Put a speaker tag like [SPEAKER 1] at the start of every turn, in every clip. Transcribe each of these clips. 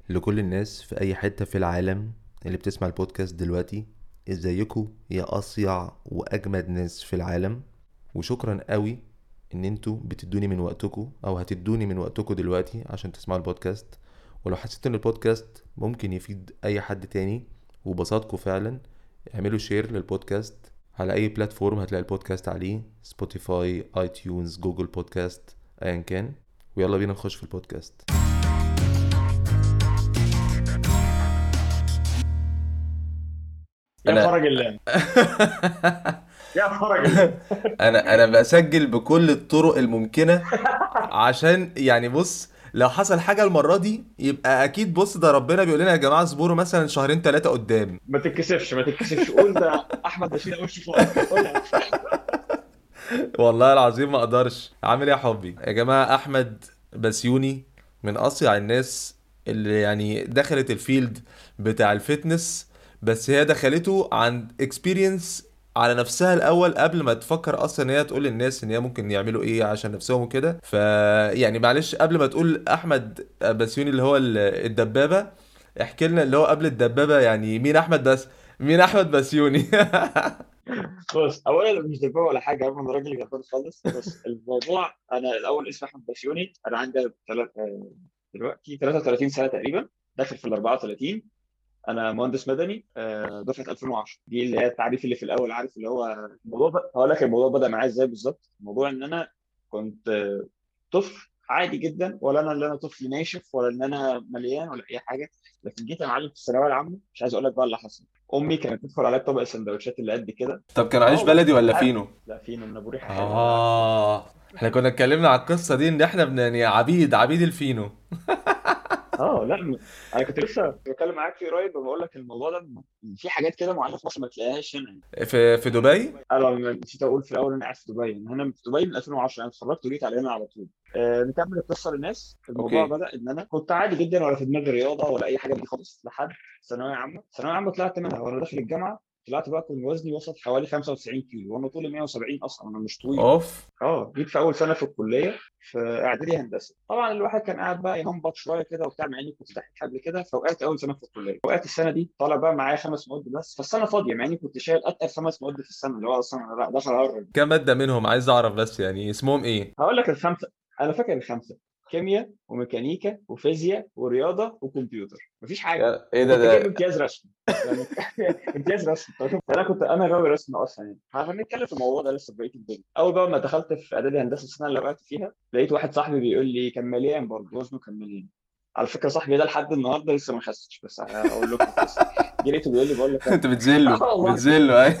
[SPEAKER 1] لكل الناس في اي حتة في العالم اللي بتسمع البودكاست دلوقتي، ازيكم يا اصيع واجمد ناس في العالم. وشكرا قوي ان انتوا بتدوني من وقتكم او هتدوني من وقتكم دلوقتي عشان تسمعوا البودكاست. ولو حسيت ان البودكاست ممكن يفيد اي حد تاني وبساطكم فعلا، اعملوا شير للبودكاست على اي بلاتفورم هتلاقي البودكاست عليه: سبوتيفاي، اي تيونز، جوجل بودكاست، ايا كان. ويلا بينا نخش في البودكاست.
[SPEAKER 2] يا
[SPEAKER 1] انا
[SPEAKER 2] فرج الله. يا فرج الله.
[SPEAKER 1] انا بسجل بكل الطرق الممكنه عشان يعني بص، لو حصل حاجه المره دي يبقى اكيد بص ده ربنا بيقول لنا يا جماعه اصبروا مثلا شهرين ثلاثه قدام.
[SPEAKER 2] ما تتكسفش قول ده احمد بشير وش فوق قولها.
[SPEAKER 1] والله العظيم ما اقدرش. عامل ايه يا حبي يا جماعه؟ احمد بسيوني من اصيع الناس اللي يعني دخلت الفيلد بتاع الفتنس، بس هي دخلته عن اكسبيرينس على نفسها الاول قبل ما تفكر اصلا ان هي تقول للناس ان هي ممكن يعملوا ايه عشان نفسهم وكده. يعني معلش قبل ما تقول احمد بسيوني اللي هو الدبابه، احكي لنا اللي هو قبل الدبابه، يعني مين احمد بس، مين احمد بسيوني؟
[SPEAKER 2] بص، اولا مش دبابه ولا حاجه، انا راجل جبار خالص. بس الموضوع، انا الاول اسمي احمد بشيوني، انا عندي دلوقتي 33 سنه تقريبا، داخل في ال 34. انا مهندس مدني، دفعه 2010 دي اللي هي التعريف اللي في الاول، عارف اللي هو الموضوع هقول لك الموضوع بدا معايا ازاي بالظبط. الموضوع ان انا كنت طفل عادي جدا، ولا انا اللي انا طفل ناشف ولا ان انا مليان ولا اي حاجه. لكن جيت يا معلم في الثانويه العامه، مش عايز اقول لك بقى اللي حصل. امي كانت تدخل عليا طبق السندوتشات اللي قد كده.
[SPEAKER 1] طب كان عيش
[SPEAKER 2] اه والله
[SPEAKER 1] بلدي ولا
[SPEAKER 2] عارف.
[SPEAKER 1] فينو؟
[SPEAKER 2] لا، فينو من ابو ريحه حلوه قوي، عارفه.
[SPEAKER 1] احنا كنا اتكلمنا على القصة دي ان احنا يعني عبيد الفينو.
[SPEAKER 2] اه لا، انا كنت لسه بتكلم معاك في قريب وبقول لك الموضوع ده، في حاجات كده معينه في مصر ما تلاقيهاش هنا.
[SPEAKER 1] في دبي.
[SPEAKER 2] انا نسيت اقول في الاول، انا قاعد في دبي. انا في دبي من 2010، انا اتخرجت وجيت على هنا على طول. نكمل القصه للناس. الموضوع
[SPEAKER 1] اوكي.
[SPEAKER 2] بدا ان انا كنت عادي جدا، ولا في دماغي رياضه ولا اي حاجه دي خالص، لحد ثانويه عامه. ثانويه عامه طلعت منها وانا داخل الجامعه. طلعت بقى كنت وزني وصل حوالي 95 كيلو، وانا طولي 170 اصلا، انا مش طويل.
[SPEAKER 1] اوف.
[SPEAKER 2] جيت في اول سنه في الكليه، في اعدادي هندسه. طبعا الواحد كان قاعد بقى يهمبط شويه كده وبتاع، مع اني كنت دحيح قبل كده. فوقعت اول سنه في الكليه، وقعت السنه دي طالع بقى معايا 5 مواد بس، فالسنه فاضيه، مع اني كنت شايل اتقل 5 مواد في السنه، اللي هو اصلا أنا لا داخل اهرب.
[SPEAKER 1] كم مادة منهم عايز اعرف بس، يعني اسمهم ايه؟
[SPEAKER 2] هقول لك الخمسه. انا فاكر الخمسه: كيمياء وميكانيكا وفيزياء ورياضه وكمبيوتر، مفيش حاجه.
[SPEAKER 1] ايه
[SPEAKER 2] وكنت جايب
[SPEAKER 1] ده؟
[SPEAKER 2] امتياز رسم يعني. امتياز رسم. طب شوف، انا غاوي رسم اصلا يعني. هنتكلم في الموضوع ده لسه في بقيه الدنيا. اول بقى ما دخلت في اعدادي هندسه السنه اللي وقعت فيها، لقيت واحد صاحبي بيقول لي كان مليان برضه، وزنه كان مليان. على فكره صاحبي ده لحد النهارده لسه ما خسش، بس هقول لكم القصه. جه لقيته بيقول لي بقول لك
[SPEAKER 1] انت بتذله
[SPEAKER 2] والله.
[SPEAKER 1] بتذله اي؟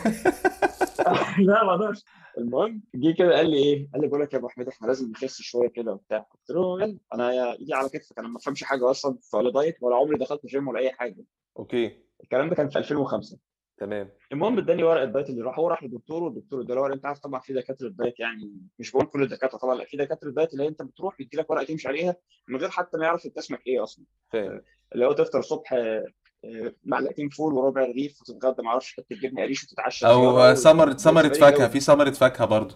[SPEAKER 2] لا ما اقدرش. المهم جه كده قال لي ايه، قال لي بقول لك يا ابو حميد احنا لازم نخس شويه كده وبتاع. قلت له يلا، انا ايدي على كتفك، انا ما بفهمش حاجه اصلا ولا دايت ولا عمري دخلت جيم ولا اي حاجه.
[SPEAKER 1] اوكي.
[SPEAKER 2] الكلام ده كان في 2005.
[SPEAKER 1] تمام.
[SPEAKER 2] المهم اداني ورقه الدايت اللي راح، هو راح للدكتور، والدكتور اداله ورقه. انت عارف طبعا في دكاتره دايت، يعني مش بقول كل الدكاتره طبعا، لا، في دكاتره دايت اللي هي انت بتروح يدي لك ورقه تمشي عليها من غير حتى ما يعرف انت اسمك ايه اصلا.
[SPEAKER 1] فاهم.
[SPEAKER 2] آه، اللي هو تفطر الصبح معلقتين فول وربع رغيف، وتتغدى ما اعرفش حته جبنه قريش، وتتعشى زياره
[SPEAKER 1] او ثمرة
[SPEAKER 2] بالنسبه لي
[SPEAKER 1] فاكهة،
[SPEAKER 2] جو.
[SPEAKER 1] في ثمرة فاكهة برضو.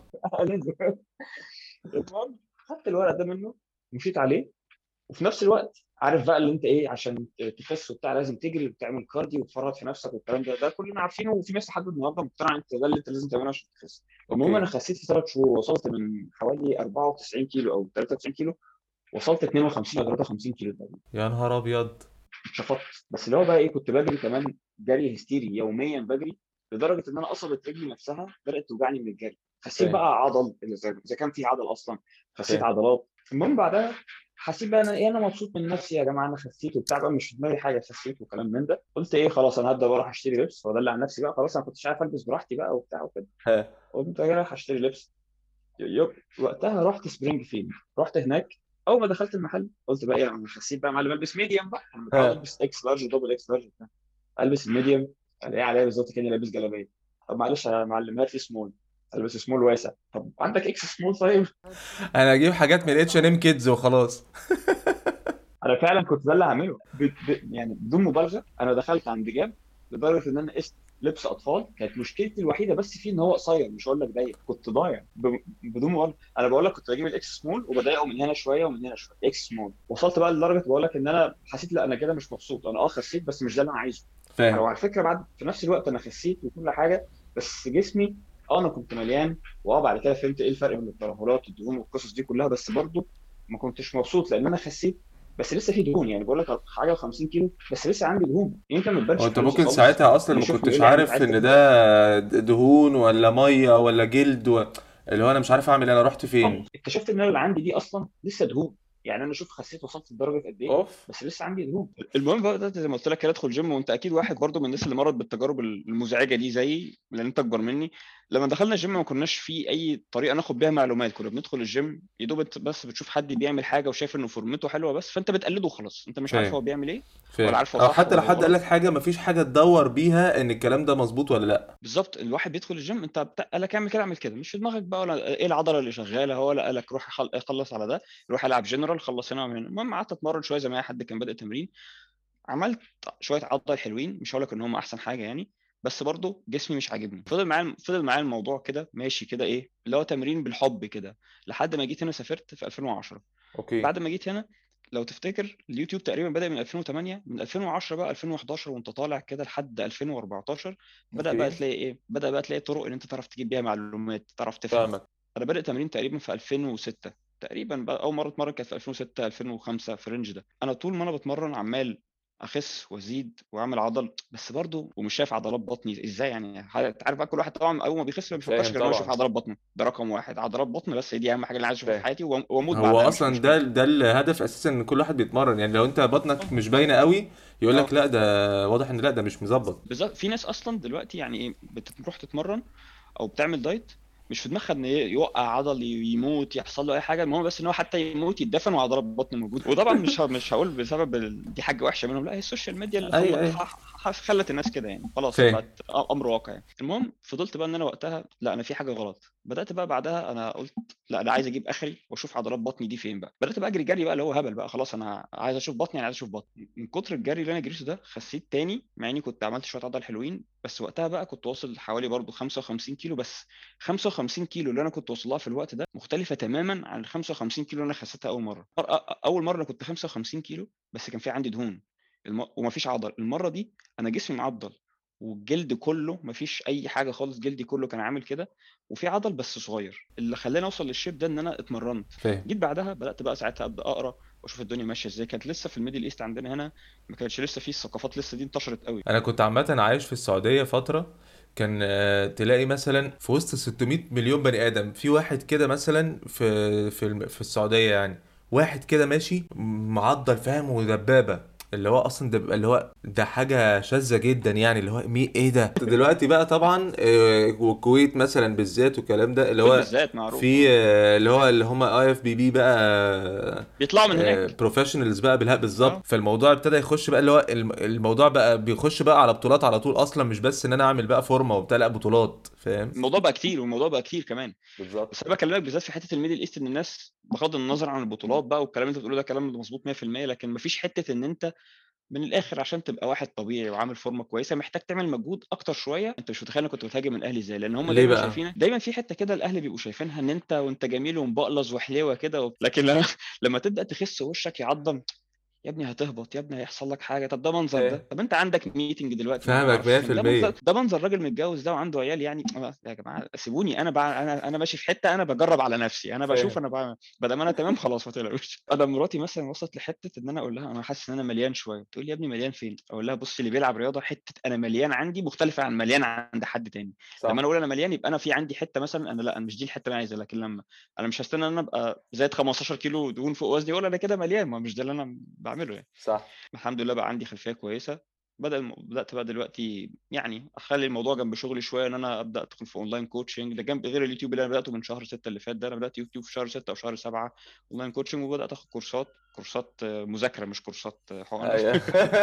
[SPEAKER 2] المهم خدت الورق ده منه، مشيت عليه. وفي نفس الوقت عارف بقى اللي انت ايه، عشان تخس وبتاع لازم تجري وتعمل كارديو وتفرط في نفسك والكلام ده كلنا عارفينه، وفي ناس لحد النهارده مقتنعه انت ده اللي انت لازم تعمله عشان تخس. المهم انا
[SPEAKER 1] اوكي.
[SPEAKER 2] خسيت في 3 شهور، وصلت من حوالي 94 كيلو او 93 كيلو، وصلت 52 او 53 كيلو تقريبا.
[SPEAKER 1] يا نهار ابيض.
[SPEAKER 2] اتشفطت. بس اللي هو بقى ايه، كنت بجري كمان جري هستيري، يوميا بجري، لدرجه ان انا قصبه رجلي نفسها بدات توجعني من الجري. خسيت
[SPEAKER 1] فاهم.
[SPEAKER 2] بقى عضل، اذا كان في عضل اصلا. خسيت
[SPEAKER 1] فاهم.
[SPEAKER 2] عضلات. المهم بعدها حسيت بقى انا ايه، انا مبسوط من نفسي يا جماعه، انا خسيت وبتاع بقى، مش في دماغي حاجه، خسيت وكلام من ده. قلت ايه خلاص، انا هبدا بروح اشتري لبس وادلع نفسي بقى، خلاص انا كنتش عارف البس براحتي بقى وبتاع وكده.
[SPEAKER 1] ها.
[SPEAKER 2] قلت اجي رايح اشتري لبس. وقتها رحت سبرينج فيلد. رحت هناك. اول ما دخلت المحل قلت بقى ايه، انا خسيت بقى يا معلم، البس ميديم بقى، انا متعود
[SPEAKER 1] ها.
[SPEAKER 2] البس اكس لارج ودبل اكس لارج. البس الميديوم، الاقي عليا بالظبط كاني لابس جلابيه. طب معلش يا معلم، هات لي سمول. البس سمول واسع. طب عندك اكس سمول طيب؟
[SPEAKER 1] انا اجيب حاجات من اتش ان ام كيدز وخلاص.
[SPEAKER 2] انا فعلا كنت ده اللي هعمله، يعني بدون مبالغه، انا دخلت عند جاب، لدرجه ان انا قست لبس اطفال. كانت مشكلتي الوحيده بس فيه ان هو قصير، مش هقول لك ضيق، كنت ضايع بدون مبالغه. انا بقول لك كنت بجيب الاكس سمول وبضايقه من هنا شويه ومن هنا شويه اكس سمول. وصلت بقى لدرجه بقول لك ان انا حسيت لا انا كده مش مبسوط، انا خسيت بس مش ده اللي انا عايزه.
[SPEAKER 1] فاهم.
[SPEAKER 2] وعلى فكره بعد في نفس الوقت انا خسيت وكل حاجه، بس جسمي انا كنت مليان. بعد كده فهمت ايه الفرق بين الترهلات والدهون والقصص دي كلها، بس برضو ما كنتش مبسوط لان انا خسيت بس لسه في دهون. يعني بقول لك حاجه و50 كيلو بس لسه عندي دهون، انت ما
[SPEAKER 1] هو
[SPEAKER 2] تبانش
[SPEAKER 1] انت
[SPEAKER 2] فلوس
[SPEAKER 1] ممكن
[SPEAKER 2] خالص.
[SPEAKER 1] ساعتها اصلا
[SPEAKER 2] اللي
[SPEAKER 1] ما
[SPEAKER 2] يشوفني
[SPEAKER 1] كنتش
[SPEAKER 2] يقول لي يا عم انت
[SPEAKER 1] عارف
[SPEAKER 2] عايز
[SPEAKER 1] ان
[SPEAKER 2] تكبر.
[SPEAKER 1] ده دهون ولا ميه ولا جلد اللي هو انا مش عارف اعمل إيه، انا رحت فين.
[SPEAKER 2] اكتشفت ان انا اللي عندي دي اصلا لسه دهون. يعني انا شوف خسيت وصلت لدرجه قد ايه،
[SPEAKER 1] اوف.
[SPEAKER 2] بس لسه عندي دهون. المهم بقى بدات زي ما قلت لك كده ادخل جيم، وانت اكيد واحد برضو من الناس اللي مرت بالتجارب المزعجه دي زيي لان انت اكبر مني. لما دخلنا الجيم ما كناش في اي طريقه ناخد بيها معلومات، كنا بندخل الجيم يا دوب بس بتشوف حد بيعمل حاجه وشايف انه فورمته حلوه بس، فانت بتقلده خلاص، انت مش عارف
[SPEAKER 1] فاهم.
[SPEAKER 2] هو بيعمل ايه ولا
[SPEAKER 1] فاهم.
[SPEAKER 2] عارف هو
[SPEAKER 1] او
[SPEAKER 2] صح
[SPEAKER 1] حتى لو
[SPEAKER 2] ولا هو
[SPEAKER 1] حد قال لك
[SPEAKER 2] غلط.
[SPEAKER 1] حاجه مفيش حاجه تدور بيها ان الكلام ده مظبوط ولا لا.
[SPEAKER 2] بالظبط، الواحد بيدخل الجيم انت قال لك اعمل كده اعمل كده، مش في دماغك بقى ولا ايه العضله اللي شغاله، هو لا قال لك روح خلص على ده، روح العب جنرال خلص هنا وهنا. المهم قعدت اتمرن شويه زي ما اي حد كان بادئ تمرين، عملت شويه عضل حلوين، مش هقول لك ان هم احسن حاجه يعني، بس برضه جسمي مش عاجبني. فضل معايا الموضوع كده ماشي كده ايه اللي هو تمرين بالحب كده، لحد ما جيت هنا سافرت في 2010.
[SPEAKER 1] اوكي.
[SPEAKER 2] بعد ما جيت هنا لو تفتكر اليوتيوب تقريبا بدأ من 2008، من 2010 بقى 2011 وانت طالع كده لحد 2014
[SPEAKER 1] اوكي.
[SPEAKER 2] بدأ بقى تلاقي طرق ان انت تعرف تجيب بيها معلومات، تعرف تفهم.
[SPEAKER 1] فاهمك.
[SPEAKER 2] انا بادئ تمرين تقريبا في 2006 تقريبا بقى، اول مره اتمرن كانت في 2006 2005 في الرينج ده. انا طول ما انا بتمرن عمال اخس وازيد واعمل عضل بس برضه، ومش شايف عضلات بطني ازاي يعني. انت عارف بقى كل واحد طبعا اول ما بيخس ما بيفكرش
[SPEAKER 1] فاهم
[SPEAKER 2] غير ان هو يشوف
[SPEAKER 1] طبعا.
[SPEAKER 2] عضلات بطنه، ده رقم واحد عضلات بطن بس، هي دي اهم حاجه اللي عايز اشوفها في
[SPEAKER 1] فاهم.
[SPEAKER 2] حياتي واموت
[SPEAKER 1] هو
[SPEAKER 2] بعدها مش
[SPEAKER 1] اصلا ده
[SPEAKER 2] مشكله.
[SPEAKER 1] ده الهدف اساسا ان كل واحد بيتمرن، يعني لو انت بطنك
[SPEAKER 2] اه
[SPEAKER 1] مش باينه قوي يقول لك
[SPEAKER 2] اه
[SPEAKER 1] لا ده واضح ان لا ده مش مظبط.
[SPEAKER 2] بالظبط. في ناس اصلا دلوقتي يعني ايه بتروح تتمرن او بتعمل دايت مش في دماغها ان يوقع عضل يموت يحصل له اي حاجه، المهم بس ان هو حتى يموت يتدفن وعضلات بطن موجوده. وطبعا مش هقول بسبب دي حاجه وحشه منهم، لا هي السوشيال ميديا اللي
[SPEAKER 1] اي اي.
[SPEAKER 2] خلت الناس كده يعني، خلاص
[SPEAKER 1] فاهم.
[SPEAKER 2] بقت امر واقع يعني. المهم فضلت بقى ان انا وقتها لا انا في حاجه غلط. بدات بقى بعدها انا قلت لا انا عايز اجيب اخري واشوف عضلات بطني دي فين بقى. بدات بقى اجري جري بقى اللي هو هبل بقى، خلاص انا عايز اشوف بطني، انا عايز اشوف بطني. من كتر الجري اللي انا جريته ده خسيت تاني، مع اني كنت عملت شويه عضل حلوين، بس وقتها بقى كنت واصل حوالي برضو 55 كيلو بس. 55 كيلو اللي انا كنت واصل لها في الوقت ده مختلفه تماما عن ال 55 كيلو اللي انا خسيتها اول مره. اول مره انا كنت 55 كيلو بس كان في عندي دهون ومفيش عضل. المره دي انا جسمي معضل والجلد كله مفيش اي حاجه خالص، جلدي كله كان عامل كده وفي عضل بس صغير. اللي خلاني اوصل للشيب ده ان انا اتمرنت.
[SPEAKER 1] فاهم.
[SPEAKER 2] جيت بعدها بدات بقى ساعتها ابدا اقرا واشوف الدنيا ماشيه ازاي. كانت لسه في الميدل ايست عندنا هنا ما كانش لسه في الثقافات لسه دي انتشرت قوي.
[SPEAKER 1] انا كنت عامه عايش في السعوديه فتره، كان تلاقي مثلا في وسط 600 مليون بني ادم في واحد كده مثلا في السعوديه يعني، واحد كده ماشي معضل فاهم ودبابه، اللي هو اصلا ده بيبقى اللي هو ده حاجه شاذه جدا يعني، اللي هو ايه ده دلوقتي بقى طبعا والكويت مثلا بالذات والكلام ده اللي
[SPEAKER 2] الكويت
[SPEAKER 1] هو
[SPEAKER 2] بالذات معروف
[SPEAKER 1] في
[SPEAKER 2] اه.
[SPEAKER 1] اللي هم اي اف بي بي بقى
[SPEAKER 2] بيطلعوا من هناك
[SPEAKER 1] بروفيشنالز بقى بالهاء بالظبط.
[SPEAKER 2] اه.
[SPEAKER 1] فالموضوع ابتدى يخش بقى اللي هو الموضوع بقى بيخش بقى على بطولات على طول اصلا، مش بس ان انا اعمل بقى فورمه وبتاع، لا بطولات فاهم.
[SPEAKER 2] الموضوع بقى كتير والموضوع بقى كتير كمان. بس
[SPEAKER 1] بالظبط.
[SPEAKER 2] انا بكلمك بالذات في حته الميدل ايست ان الناس بغض النظر عن البطولات بقى والكلام اللي انت بتقوله ده كلام مظبوط 100%، لكن مفيش حته ان انت من الاخر عشان تبقى واحد طبيعي وعامل فورمه كويسه محتاج تعمل مجهود اكتر شويه. انت مش متخيل انا كنت بتهاجم الاهلي ازاي، لان هم
[SPEAKER 1] ليه
[SPEAKER 2] دايما
[SPEAKER 1] بقى؟
[SPEAKER 2] شايفينك دايما في حته كده الاهلي بيبقوا شايفينها ان انت وانت جميل ومبقلظ وحليوه كده لكن لما تبدا تخس ووشك يعضم، يا ابني هتهبط، يا ابني هيحصل لك حاجه. طب ده منظر
[SPEAKER 1] فاهم.
[SPEAKER 2] ده؟ طب انت عندك ميتنج دلوقتي مع
[SPEAKER 1] فاهمك
[SPEAKER 2] معرفش فين، ده منظر
[SPEAKER 1] 100%.
[SPEAKER 2] ده منظر راجل متجوز ده وعنده عيال يعني. يا جماعه سيبوني انا بقى، انا ماشي في حته انا بجرب على نفسي، انا بشوف
[SPEAKER 1] فاهم.
[SPEAKER 2] انا بقى بدل ما انا تمام خلاص ما تقلقوش. انا مراتي مثلا وصلت لحته ان انا اقول لها انا حاسس ان انا مليان شويه، تقول لي يا ابني مليان فين؟ اقول لها بص اللي بيلعب رياضه حته انا مليان عندي مختلفه عن مليان عند حد تاني. لما انا
[SPEAKER 1] صح.
[SPEAKER 2] اقول انا مليان يبقى انا في عندي حته مثلا انا لا، أنا مش دي الحته اللي انا عايزها، لكن لما انا مش هستنى ان انا ابقى زايد 15 كيلو دهون فوق وزني ولا انا كده مليان، ما مش ده اللي انا بعمله يعني.
[SPEAKER 1] صح.
[SPEAKER 2] الحمد لله بقى عندي خلفيه كويسه. بدات بقى دلوقتي يعني اخلي الموضوع جنب شغلي شويه، ان انا ابدا ادخل في اونلاين كوتشنج ده جنب غير اليوتيوب اللي انا بداته من شهر 6 اللي فات ده. انا بدات يوتيوب في شهر 6 وشهر 7 اونلاين كوتشنج، وبدات اخد كورسات مذاكره مش كورسات حقن
[SPEAKER 1] ايوه.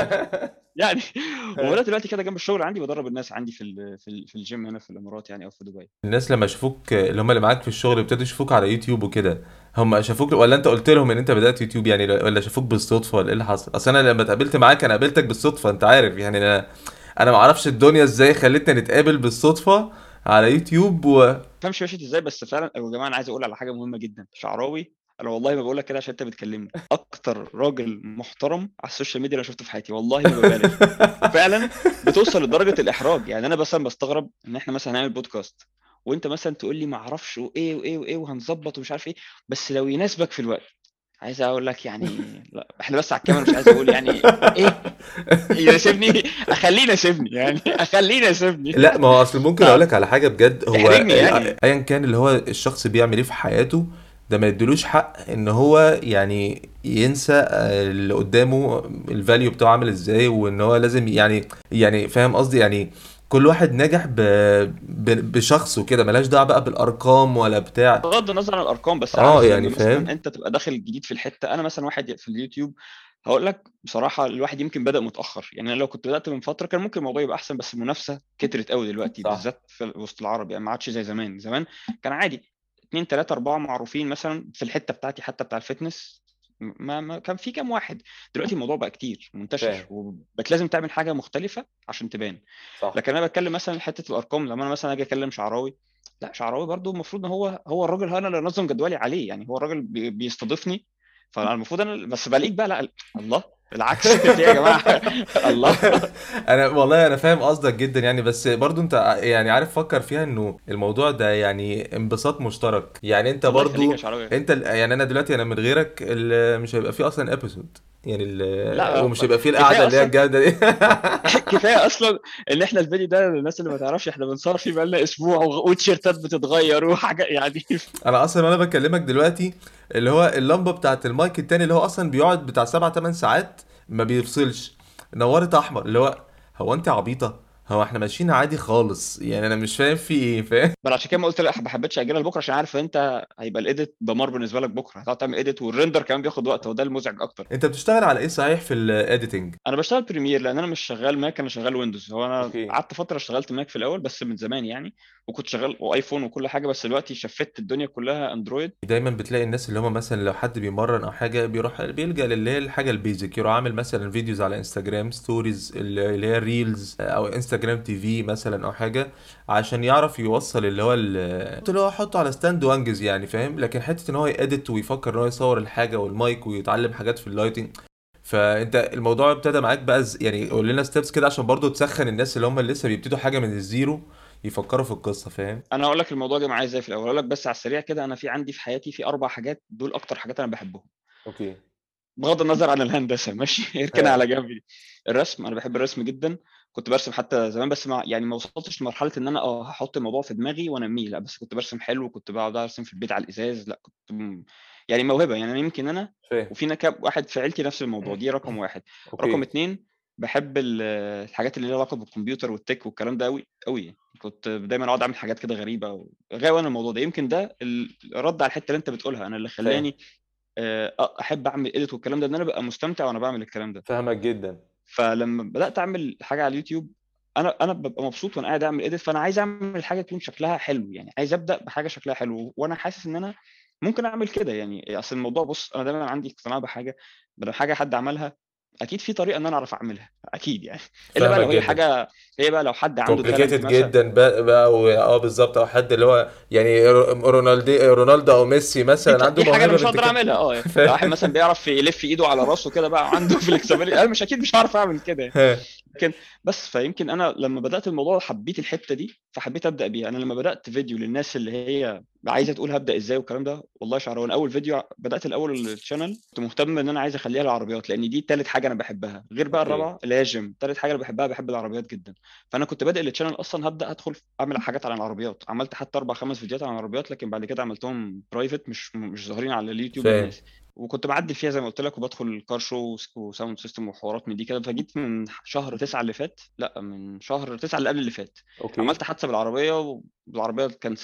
[SPEAKER 2] يعني. وبدات دلوقتي كده جنب الشغل عندي بدرب الناس عندي في الجيم هنا في الامارات يعني او في دبي.
[SPEAKER 1] الناس لما شافوك اللي هم اللي معاك في الشغل ابتدوا يشوفوك على يوتيوب وكده، هم شافوك ولا انت قلت لهم ان انت بدأت يوتيوب يعني، ولا شافوك بالصدفة ولا ايه اللي حصل؟ اصل انا لما اتقابلت معاك انا قابلتك بالصدفة انت عارف يعني، انا انا ما اعرفش الدنيا ازاي خلتنا نتقابل بالصدفه على يوتيوب
[SPEAKER 2] فهمش مشيت ازاي، بس فعلا يا جماعه انا عايز اقول على حاجه مهمه جدا. شعراوي، انا والله ما بقول لك كده عشان انت بتكلمني، اكتر راجل محترم على السوشيال ميديا اللي انا شفته في حياتي، والله ما ببالغ. وفعلا بتوصل لدرجه الاحراج. يعني انا مثلا بستغرب ان احنا مثلا هنعمل بودكاست، وانت مثلا تقول لي ما اعرفش وايه وايه وايه وهنظبط ومش عارف ايه، بس لو يناسبك في الوقت. عايز اقول لك يعني، لا احنا بس على الكاميرا، مش عايز اقول يعني ايه يناسبني. اخليه يناسبني يعني، اخليه يناسبني.
[SPEAKER 1] لا، ما هو اصل ممكن اقول لك على حاجه بجد. هو
[SPEAKER 2] تحرجني يعني.
[SPEAKER 1] ايا كان اللي هو الشخص بيعمل ايه في حياته، ده ما يدلوش حق ان هو يعني ينسى اللي قدامه الفاليو بتاعه عامل ازاي، وان هو لازم يعني فاهم قصدي يعني. كل واحد ناجح بشخصه كده، ملاش دعوه بقى بالارقام ولا بتاع.
[SPEAKER 2] بغض النظر عن الارقام، بس
[SPEAKER 1] اه
[SPEAKER 2] عارف
[SPEAKER 1] يعني
[SPEAKER 2] لما
[SPEAKER 1] فاهم.
[SPEAKER 2] مثلا انت تبقى داخل جديد في الحته، انا مثلا واحد في اليوتيوب، هقول لك بصراحه الواحد يمكن بدا متاخر. يعني انا لو كنت بدات من فتره كان ممكن الموضوع يبقى احسن، بس المنافسه كترت قوي دلوقتي
[SPEAKER 1] صح.
[SPEAKER 2] بالذات في وسط العرب. يعني ما عادش زي زمان. زمان كان عادي اتنين تلاته اربعه معروفين مثلا في الحته بتاعتي حتى بتاع الفتنس، ما كان في كام واحد. دلوقتي الموضوع بقى كتير منتشر،
[SPEAKER 1] فاهم.
[SPEAKER 2] وبقت لازم تعمل حاجه مختلفه عشان تبان.
[SPEAKER 1] صح.
[SPEAKER 2] لكن انا بتكلم مثلا حته الارقام، لما انا مثلا اجي اكلم شعراوي، لا شعراوي برضو المفروض ان هو الراجل، انا اللي انظم جدولي عليه. يعني هو الراجل بيستضيفني، فانا المفروض انا بس بلاقيك بقى، لا الله العكس. في إيه يا جماعه؟ الله.
[SPEAKER 1] انا والله انا فاهم قصدك جدا يعني، بس برضو انت يعني عارف فكر فيها انه الموضوع ده يعني انبساط مشترك. يعني انت
[SPEAKER 2] الله يخليك يا
[SPEAKER 1] برضو
[SPEAKER 2] شعراوي.
[SPEAKER 1] انت يعني انا دلوقتي انا من غيرك مش هيبقى فيه اصلا ابيسود يعني
[SPEAKER 2] لا
[SPEAKER 1] ومش هيبقى فيه القعده
[SPEAKER 2] كفايه
[SPEAKER 1] اللي هي
[SPEAKER 2] اصلا.
[SPEAKER 1] الجامده دي.
[SPEAKER 2] كفايه اصلا ان احنا الفيديو ده للناس اللي ما تعرفش احنا بنصور فيه بقالنا اسبوع، وتيشيرتات بتتغير وحاجه يعني.
[SPEAKER 1] انا اصلا وانا بكلمك دلوقتي، اللي هو اللمبه بتاعت المايك التاني اللي هو اصلا بيقعد بتاع 7 8 ساعات ما بيفصلش، نورت احمر. اللي هو انت عبيطه؟ هو احنا ماشيين عادي خالص يعني، انا مش فاهم في ايه، فاهم.
[SPEAKER 2] بل عشان كده ما قلت لك ما حبيتش اجلها لبكره، عشان عارف انت هيبقى الايديت دمار بالنسبه لك بكره. هتقعد تعمل ايديت، والريندر كمان بياخد وقت، وده المزعج اكتر.
[SPEAKER 1] انت بتشتغل على ايه صحيح في الايديتنج؟
[SPEAKER 2] انا بشتغل بريمير، لان انا مش شغال ماك، انا شغال ويندوز. هو انا
[SPEAKER 1] اوكي.
[SPEAKER 2] قعدت فتره اشتغلت ماك في الاول بس من زمان يعني، وكنت شغال وايفون وكل حاجه، بس دلوقتي شفت الدنيا كلها اندرويد.
[SPEAKER 1] دايما بتلاقي الناس اللي هم مثلا لو حد بيمرن او حاجه بيروح بيلجأ للي هي الحاجه البيزك، يروح عامل مثلا فيديوز على انستجرام ستوريز اللي هي ريلز، او انستجرام تي في مثلا او حاجه، عشان يعرف يوصل اللي هو احطه على ستاند وانجز يعني، فاهم. لكن حته ان هو يأديت ويفكر ان هو يصور الحاجه والمايك ويتعلم حاجات في اللايتنج. فانت الموضوع ابتدى معاك بقى يعني قول لنا ستيبس كده عشان برضو تسخن الناس اللي هم اللي لسه بيبتدوا حاجه من الزيرو، يفكروا في القصه، فاهم.
[SPEAKER 2] انا هقول لك الموضوع جه معايا ازاي في الاول. اقول لك بس على السريع كده، انا في عندي في حياتي في اربع حاجات، دول اكتر حاجات انا بحبهم،
[SPEAKER 1] اوكي.
[SPEAKER 2] بغض النظر عن الهندسه. ماشي اركنها
[SPEAKER 1] ها.
[SPEAKER 2] على جنب دي. الرسم، انا بحب الرسم جدا. كنت برسم حتى زمان، بس ما وصلتش لمرحله ان انا هحط الموضوع في دماغي وانميه، لا بس كنت برسم حلو، وكنت بقعد ارسم في البيت على الازاز. لا كنت يعني موهبه. يعني انا يمكن انا
[SPEAKER 1] فاهم.
[SPEAKER 2] وفينا كام واحد في عيلتي نفس الموضوع. دي رقم واحد. رقم
[SPEAKER 1] اوكي.
[SPEAKER 2] اتنين، بحب الحاجات اللي ليها علاقه بالكمبيوتر والتك والكلام ده قوي قوي. كنت دايما اقعد اعمل حاجات كده غريبه غاوي انا الموضوع ده. يمكن ده الرد على الحته اللي انت بتقولها، انا اللي
[SPEAKER 1] فاهم.
[SPEAKER 2] خلاني احب اعمل اديت والكلام ده، ان انا ببقى مستمتع وانا بعمل الكلام ده.
[SPEAKER 1] فاهمك جدا.
[SPEAKER 2] فلما بدات اعمل حاجه على اليوتيوب، انا ببقى مبسوط وانا قاعد اعمل اديت. فانا عايز اعمل حاجه تكون شكلها حلو، يعني عايز ابدا بحاجه شكلها حلو، وانا حاسس ان انا ممكن اعمل كده. يعني اصل الموضوع، بص انا دايما عندي اقتناع بحاجه، بدل حاجه حد عملها اكيد في طريقه ان انا اعرف اعملها اكيد يعني. الا بقى
[SPEAKER 1] فاهمك
[SPEAKER 2] لو هي
[SPEAKER 1] جدا.
[SPEAKER 2] حاجه، هي بقى لو حد عنده تالنت
[SPEAKER 1] كومبليكيتد
[SPEAKER 2] مثلا.
[SPEAKER 1] جدا بقى بالظبط، او حد اللي هو يعني رونالدو او ميسي مثلا عنده
[SPEAKER 2] دي حاجه انا
[SPEAKER 1] موهبه
[SPEAKER 2] مش
[SPEAKER 1] بنت
[SPEAKER 2] هقدر
[SPEAKER 1] كده.
[SPEAKER 2] اعملها. اه لو واحد
[SPEAKER 1] فاهم؟
[SPEAKER 2] مثلا بيعرف يلف ايده على راسه كده بقى، عنده فلكسبيليتي، انا مش اكيد مش هعرف اعمل كده.
[SPEAKER 1] ها.
[SPEAKER 2] لكن بس فيمكن انا لما بدات الموضوع حبيت الحته دي، فحبيت ابدا بيها. انا لما بدات فيديو للناس اللي هي عايزه تقول هبدا ازاي والكلام ده، والله شعران اول فيديو بدات الاول الشانل كنت مهتم ان انا عايز اخليها العربيات، لان دي تالت حاجه انا بحبها غير بقى
[SPEAKER 1] اوكي.
[SPEAKER 2] الرابعه اللي هي جيم. تالت حاجه انا بحبها، بحب العربيات جدا. فانا كنت بادئ الشانل اصلا هبدا ادخل اعمل حاجات على العربيات. عملت حتى اربع خمس فيديوهات عن العربيات، لكن بعد كده عملتهم برايفت، مش ظاهرين على اليوتيوب
[SPEAKER 1] فاهم.
[SPEAKER 2] للناس. وكنت بعدل فيها زي ما قلت لك، وبدخل كار شو وساوند سيستم وحوارات من دي كده. فجيت من شهر 9 اللي فات، لا من شهر 9 اللي قبل اللي فات،
[SPEAKER 1] اوكي.
[SPEAKER 2] عملت حادثه بالعربيه، العربيه